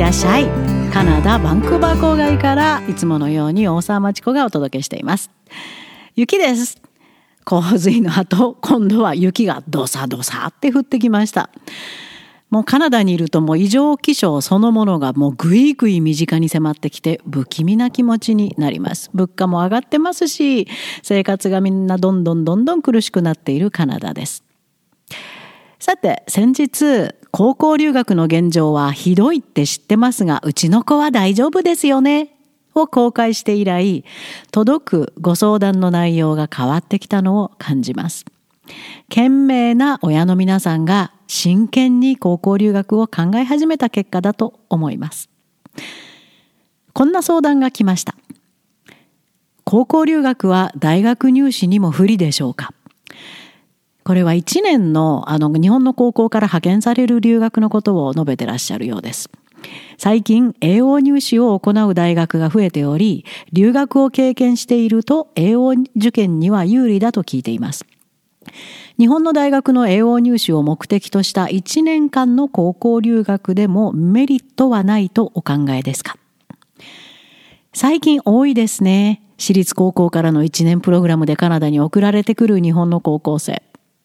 らっしゃい。カナダバンクーバー郊外からいつものように大沢まちこがお届けしています。雪です。洪水の後、今度は雪がドサドサって降ってきました。もうカナダにいるともう異常気象そのものがもうぐいぐい身近に迫ってきて不気味な気持ちになります。物価も上がってますし、生活がみんなどんどん苦しくなっているカナダです。さて、先日高校留学の現状はひどいって知ってますが、うちの子は大丈夫ですよねを公開して以来、届くご相談の内容が変わってきたのを感じます。賢明な親の皆さんが真剣に高校留学を考え始めた結果だと思います。こんな相談が来ました。高校留学は大学入試にも不利でしょうか。これは1年の日本の高校から派遣される留学のことを述べてらっしゃるようです。最近栄養入試を行う大学が増えており、留学を経験していると栄養受験には有利だと聞いています。日本の大学の栄養入試を目的とした1年間の高校留学でもメリットはないとお考えですか。最近多いですね。私立高校からの1年プログラムでカナダに送られてくる日本の高校生。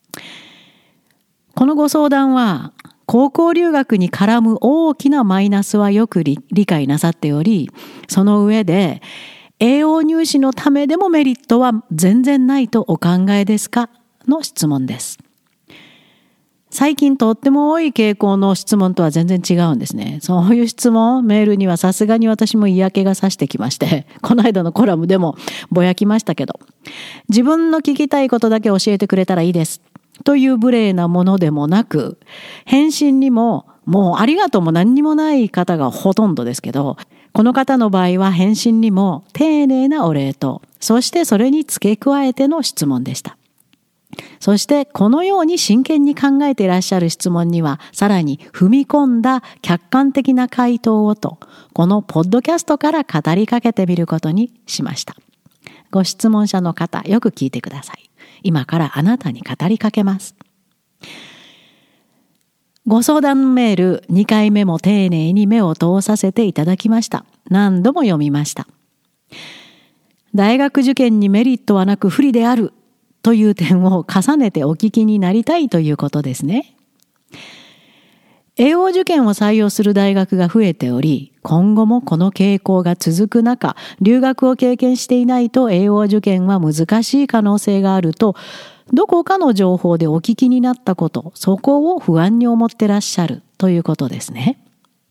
このご相談は高校留学に絡む大きなマイナスはよく理解なさっており、その上で栄養入試のためでもメリットは全然ないとお考えですかの質問です。最近とっても多い傾向の質問とは全然違うんですね。そういう質問、メールにはさすがに私も嫌気がさしてきまして、この間のコラムでもぼやきましたけど、自分の聞きたいことだけ教えてくれたらいいですという無礼なものでもなく、返信にももうありがとうも何にもない方がほとんどですけど、この方の場合は返信にも丁寧なお礼と、そしてそれに付け加えての質問でした。そしてこのように真剣に考えていらっしゃる質問にはさらに踏み込んだ客観的な回答をと、このポッドキャストから語りかけてみることにしました。ご質問者の方、よく聞いてください。今からあなたに語りかけます。ご相談メール2回目も丁寧に目を通させていただきました。何度も読みました。大学受験にメリットはなく不利であるという点を重ねてお聞きになりたいということですね。栄養受験を採用する大学が増えており、今後もこの傾向が続く中、留学を経験していないと栄養受験は難しい可能性があると、どこかの情報でお聞きになったこと、そこを不安に思ってらっしゃるということですね。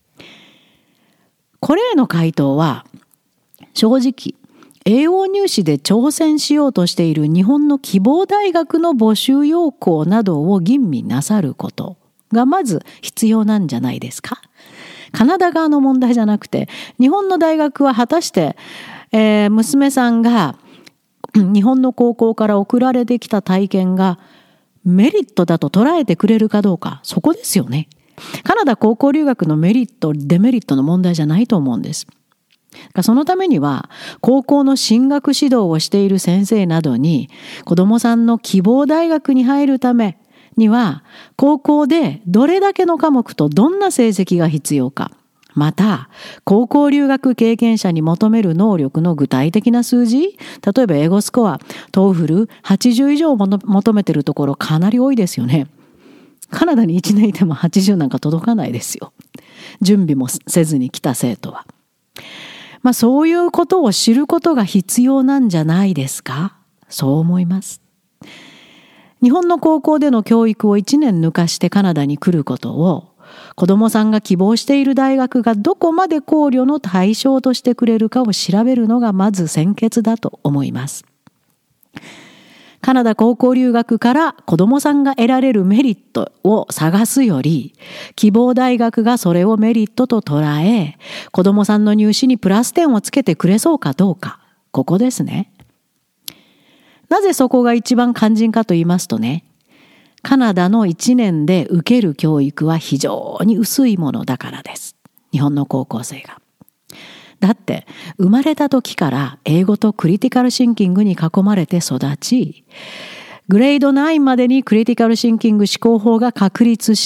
これへの回答は、正直、栄養入試で挑戦しようとしている日本の希望大学の募集要項などを吟味なさることがまず必要なんじゃないですか。カナダ側の問題じゃなくて、日本の大学は果たして、娘さんが日本の高校から送られてきた体験がメリットだと捉えてくれるかどうか、そこですよね。カナダ高校留学のメリット、デメリットの問題じゃないと思うんです。そのためには高校の進学指導をしている先生などに子どもさんの希望大学に入るためには高校でどれだけの科目とどんな成績が必要か、また高校留学経験者に求める能力の具体的な数字、例えば英語スコア、トーフル80以上求めてるところかなり多いですよね。カナダに1年いても80なんか届かないですよ。準備もせずに来た生徒は。そういうことを知ることが必要なんじゃないですか。そう思います。日本の高校での教育を1年抜かしてカナダに来ることを、子どもさんが希望している大学がどこまで考慮の対象としてくれるかを調べるのがまず先決だと思います。カナダ高校留学から子どもさんが得られるメリットを探すより、希望大学がそれをメリットと捉え、子どもさんの入試にプラス点をつけてくれそうかどうか、ここですね。なぜそこが一番肝心かと言いますとね、カナダの1年で受ける教育は非常に薄いものだからです。日本の高校生が。だって生まれた時から英語とクリティカルシンキングに囲まれて育ち、グレード9までにクリティカルシンキング思考法が確立し、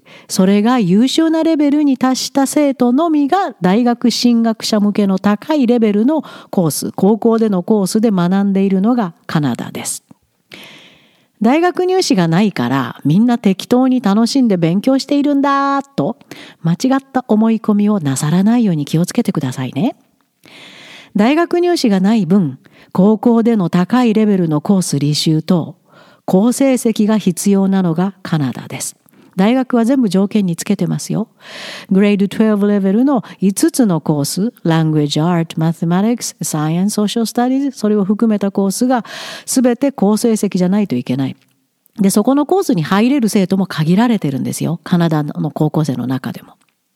それが優秀なレベルに達した生徒のみが大学進学者向けの高いレベルのコース、高校でのコースで学んでいるのがカナダです。大学入試がないからみんな適当に楽しんで勉強しているんだと間違った思い込みをなさらないように気をつけてくださいね。大学入試がない分、高校での高いレベルのコース履修と好成績が必要なのがカナダです。大学は全部条件につけてますよ。グレード12レベルの5つのコース、Language, Art, Mathematics, Science, Social Studies、それを含めたコースが全て好成績じゃないといけない。で、そこのコースに入れる生徒も限られてるんですよ。カナダの高校生の中でも。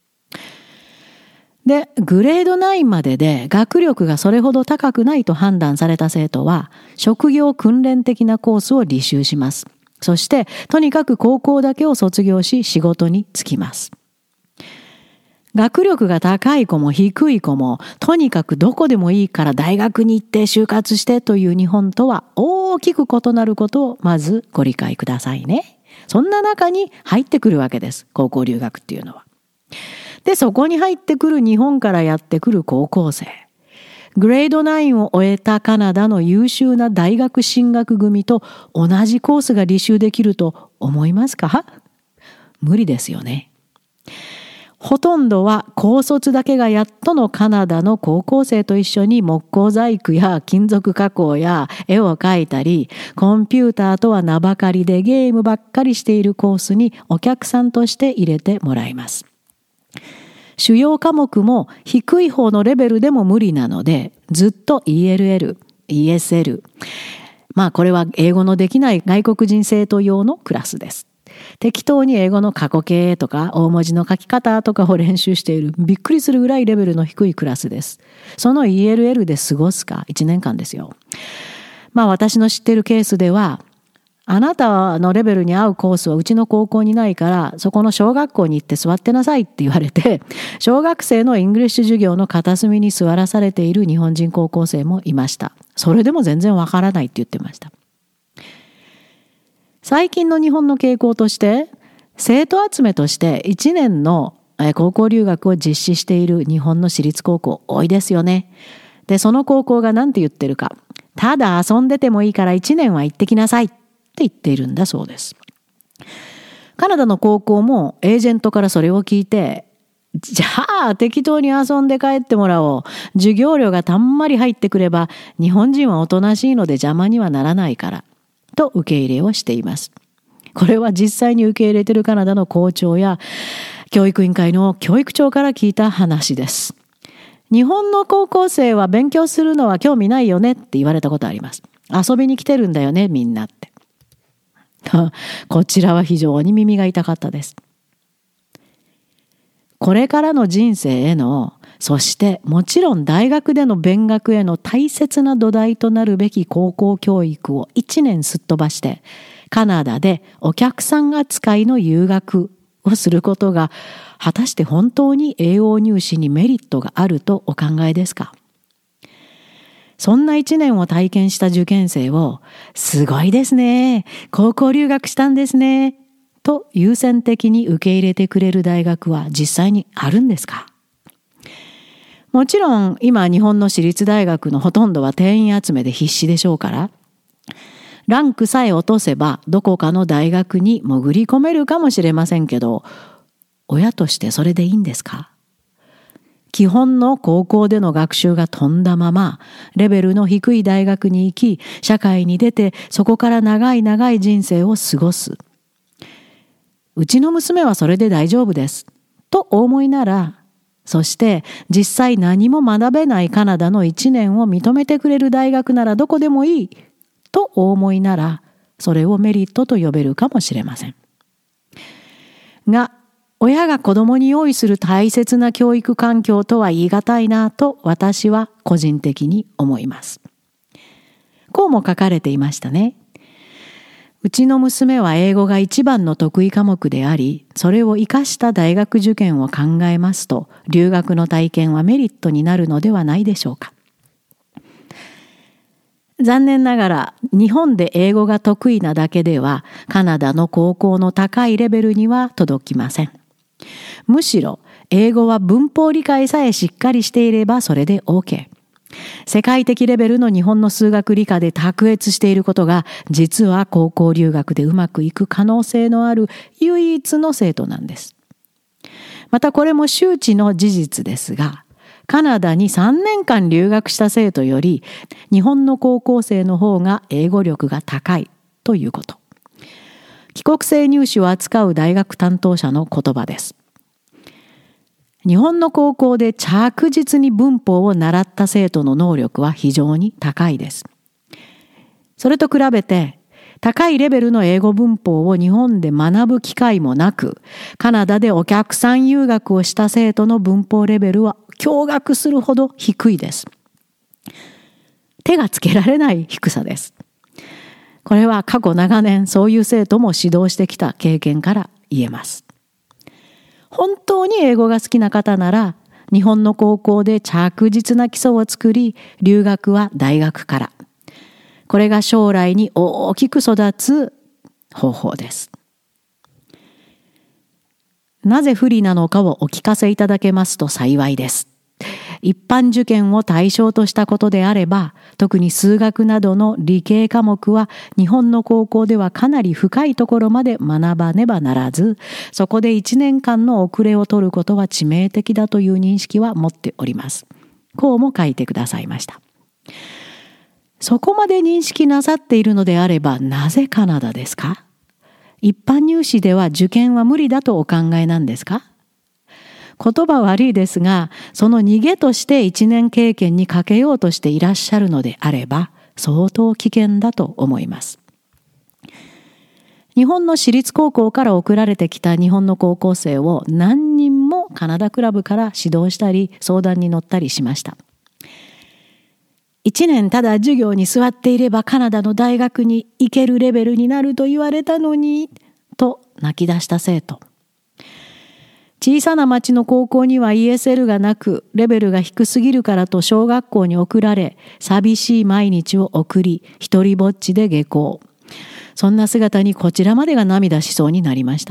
で、グレード9までで学力がそれほど高くないと判断された生徒は、職業訓練的なコースを履修します。そして、とにかく高校だけを卒業し、仕事に就きます。学力が高い子も低い子も、とにかくどこでもいいから大学に行って就活してという日本とは大きく異なることをまずご理解くださいね。そんな中に入ってくるわけです。高校留学っていうのは。で、そこに入ってくる日本からやってくる高校生。グレード9を終えたカナダの優秀な大学進学組と同じコースが履修できると思いますか？無理ですよね。ほとんどは高卒だけがやっとのカナダの高校生と一緒に木工細工や金属加工や絵を描いたり、コンピューターとは名ばかりでゲームばっかりしているコースにお客さんとして入れてもらいます。主要科目も低い方のレベルでも無理なので、ずっと ELL、ESL。これは英語のできない外国人生徒用のクラスです。適当に英語の過去形とか大文字の書き方とかを練習している、びっくりするぐらいレベルの低いクラスです。その ELL で過ごすか1年間ですよ。私の知っているケースでは、あなたのレベルに合うコースはうちの高校にないから、そこの小学校に行って座ってなさいって言われて、小学生のイングリッシュ授業の片隅に座らされている日本人高校生もいました。それでも全然わからないって言ってました。最近の日本の傾向として、生徒集めとして1年の高校留学を実施している日本の私立高校多いですよね。で、その高校が何て言ってるか。ただ遊んでてもいいから1年は行ってきなさいって言っているんだそうです。カナダの高校もエージェントからそれを聞いて、じゃあ適当に遊んで帰ってもらおう。授業料がたんまり入ってくれば日本人はおとなしいので邪魔にはならないから。と受け入れをしています。これは実際に受け入れているカナダの校長や教育委員会の教育長から聞いた話です。日本の高校生は勉強するのは興味ないよねって言われたことあります。遊びに来てるんだよね、みんなって。こちらは非常に耳が痛かったです。これからの人生への、そしてもちろん大学での勉学への大切な土台となるべき高校教育を1年すっ飛ばして、カナダでお客さん扱いの留学をすることが、果たして本当に栄養入試にメリットがあるとお考えですか？そんな1年を体験した受験生を、すごいですね、高校留学したんですね、と優先的に受け入れてくれる大学は実際にあるんですか？もちろん今日本の私立大学のほとんどは定員集めで必死でしょうから、ランクさえ落とせばどこかの大学に潜り込めるかもしれませんけど、親としてそれでいいんですか？基本の高校での学習が飛んだまま、レベルの低い大学に行き、社会に出てそこから長い長い人生を過ごす。うちの娘はそれで大丈夫です。とお思いなら、そして実際何も学べないカナダの1年を認めてくれる大学ならどこでもいい。とお思いなら、それをメリットと呼べるかもしれません。が、親が子供に用意する大切な教育環境とは言い難いなと私は個人的に思います。こうも書かれていましたね。うちの娘は英語が一番の得意科目であり、それを生かした大学受験を考えますと、留学の体験はメリットになるのではないでしょうか。 残念ながら日本で英語が得意なだけではカナダの高校の高いレベルには届きません。むしろ英語は文法理解さえしっかりしていればそれで OK。世界的レベルの日本の数学理科で卓越していることが実は高校留学でうまくいく可能性のある唯一の生徒なんです。またこれも周知の事実ですが、カナダに3年間留学した生徒より日本の高校生の方が英語力が高いということ。帰国生入試を扱う大学担当者の言葉です。日本の高校で着実に文法を習った生徒の能力は非常に高いです。それと比べて高いレベルの英語文法を日本で学ぶ機会もなく、カナダでお客さん留学をした生徒の文法レベルは驚愕するほど低いです。手がつけられない低さです。これは過去長年そういう生徒も指導してきた経験から言えます。本当に英語が好きな方なら、日本の高校で着実な基礎を作り、留学は大学から。これが将来に大きく育つ方法です。なぜ不利なのかをお聞かせいただけますと幸いです。一般受験を対象としたことであれば、特に数学などの理系科目は日本の高校ではかなり深いところまで学ばねばならず、そこで1年間の遅れを取ることは致命的だという認識は持っております。こうも書いてくださいました。そこまで認識なさっているのであれば、なぜカナダですか？一般入試では受験は無理だとお考えなんですか？言葉悪いですが、その逃げとして1年経験にかけようとしていらっしゃるのであれば、相当危険だと思います。日本の私立高校から送られてきた日本の高校生を何人もカナダクラブから指導したり相談に乗ったりしました。1年ただ授業に座っていればカナダの大学に行けるレベルになると言われたのに、と泣き出した生徒。小さな町の高校には ESL がなく、レベルが低すぎるからと小学校に送られ、寂しい毎日を送り、一人ぼっちで下校。そんな姿にこちらまでが涙しそうになりました。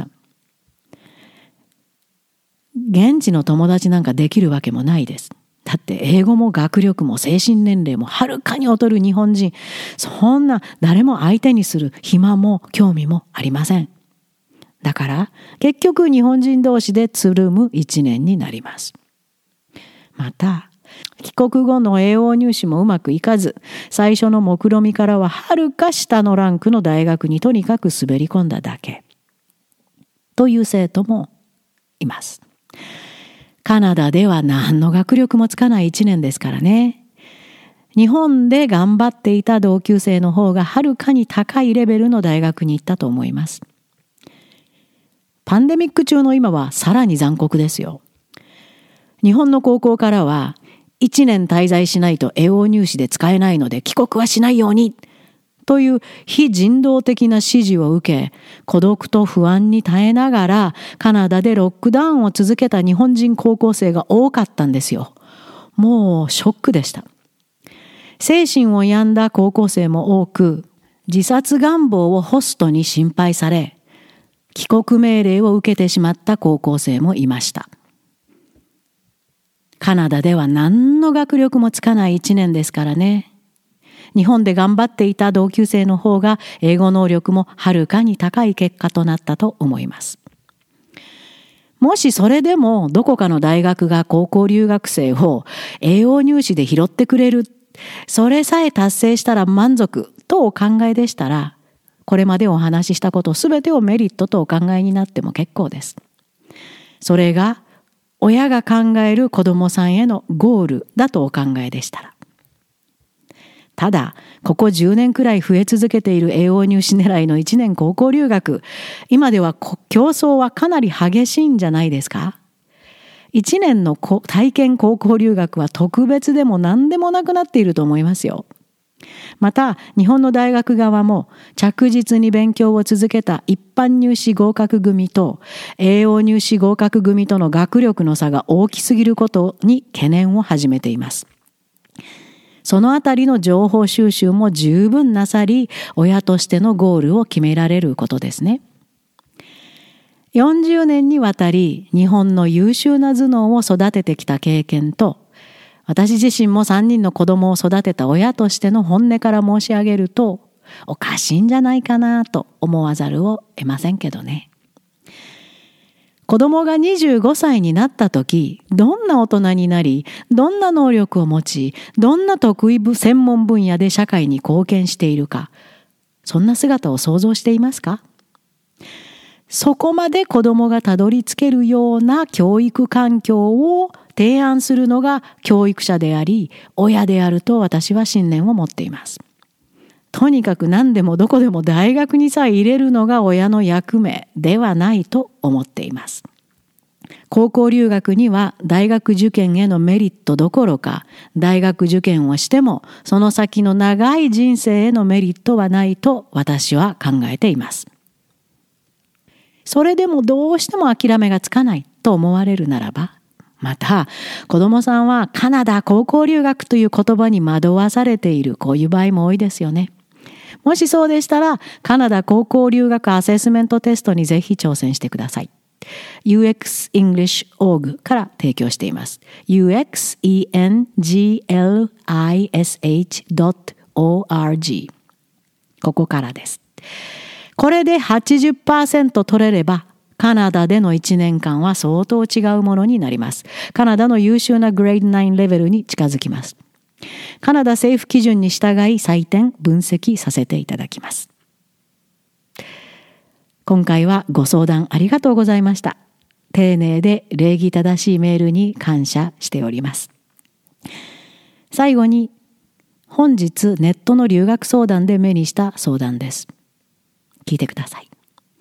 現地の友達なんかできるわけもないです。だって英語も学力も精神年齢もはるかに劣る日本人、そんな誰も相手にする暇も興味もありません。だから結局日本人同士でつるむ一年になります。また帰国後の英語入試もうまくいかず、最初の目論見からははるか下のランクの大学にとにかく滑り込んだだけという生徒もいます。カナダでは何の学力もつかない一年ですからね。日本で頑張っていた同級生の方がはるかに高いレベルの大学に行ったと思います。パンデミック中の今はさらに残酷ですよ。日本の高校からは1年滞在しないと英語入試で使えないので帰国はしないようにという非人道的な指示を受け、孤独と不安に耐えながらカナダでロックダウンを続けた日本人高校生が多かったんですよ。もうショックでした。精神を病んだ高校生も多く、自殺願望をホストに心配され、帰国命令を受けてしまった高校生もいました。カナダでは何の学力もつかない1年ですからね。日本で頑張っていた同級生の方が英語能力もはるかに高い結果となったと思います。もしそれでもどこかの大学が高校留学生を英語入試で拾ってくれる、それさえ達成したら満足とお考えでしたら、これまでお話ししたことすべてをメリットとお考えになっても結構です。それが親が考える子どもさんへのゴールだとお考えでしたら。ただ、ここ10年くらい増え続けている英語入試狙いの1年高校留学、今では競争はかなり激しいんじゃないですか。1年の体験高校留学は特別でも何でもなくなっていると思いますよ。また日本の大学側も着実に勉強を続けた一般入試合格組と英語入試合格組との学力の差が大きすぎることに懸念を始めています。 そのあたりの情報収集も十分なさり、親としてのゴールを決められることですね。40年にわたり日本の優秀な頭脳を育ててきた経験と、私自身も3人の子供を育てた親としての本音から申し上げると、おかしいんじゃないかなと思わざるを得ませんけどね。子供が25歳になった時、どんな大人になり、どんな能力を持ち、どんな得意専門分野で社会に貢献しているか、そんな姿を想像していますか？そこまで子供がたどり着けるような教育環境を提案するのが教育者であり、親であると私は信念を持っています。とにかく何でもどこでも大学にさえ入れるのが親の役目ではないと思っています。高校留学には大学受験へのメリットどころか、大学受験をしてもその先の長い人生へのメリットはないと私は考えています。それでもどうしても諦めがつかないと思われるならば、また子供さんはカナダ高校留学という言葉に惑わされている、こういう場合も多いですよね。もしそうでしたら、カナダ高校留学アセスメントテストにぜひ挑戦してください。UXEnglish.org から提供しています。UXEnglish.org ここからです。これで 80% 取れれば、カナダでの1年間は相当違うものになります。カナダの優秀なグレード9レベルに近づきます。カナダ政府基準に従い採点・分析させていただきます。今回はご相談ありがとうございました。丁寧で礼儀正しいメールに感謝しております。最後に、本日ネットの留学相談で目にした相談です。聞いてください。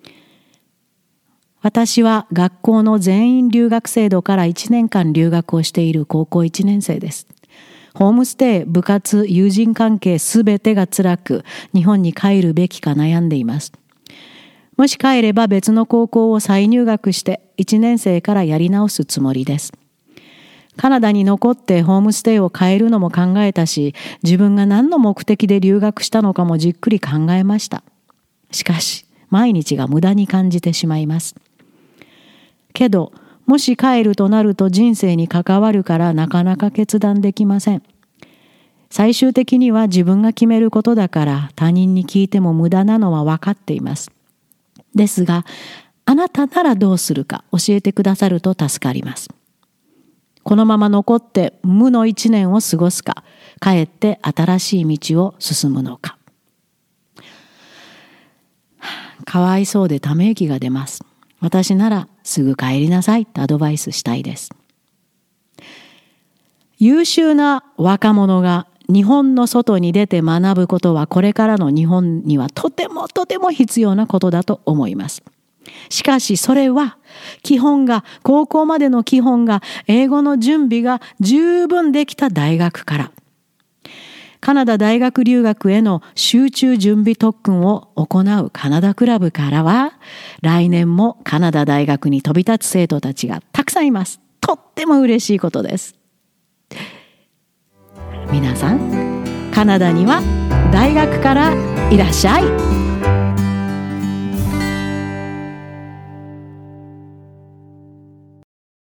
私は学校の全員留学制度から1年間留学をしている高校1年生です。ホームステイ、部活、友人関係すべてが辛く、日本に帰るべきか悩んでいます。もし帰れば別の高校を再入学して1年生からやり直すつもりです。カナダに残ってホームステイを変えるのも考えたし、自分が何の目的で留学したのかもじっくり考えました。しかし、毎日が無駄に感じてしまいます。けど、もし帰るとなると人生に関わるからなかなか決断できません。最終的には自分が決めることだから他人に聞いても無駄なのは分かっています。ですが、あなたならどうするか教えてくださると助かります。このまま残って無の1年を過ごすか、帰って新しい道を進むのか。かわいそうでため息が出ます。私ならすぐ帰りなさいとアドバイスしたいです。優秀な若者が日本の外に出て学ぶことはこれからの日本にはとても必要なことだと思います。しかしそれは高校までの基本が英語の準備が十分できた大学から、カナダ大学留学への集中準備特訓を行うカナダクラブからは、来年もカナダ大学に飛び立つ生徒たちがたくさんいます。とっても嬉しいことです。皆さん、カナダには大学からいらっしゃい。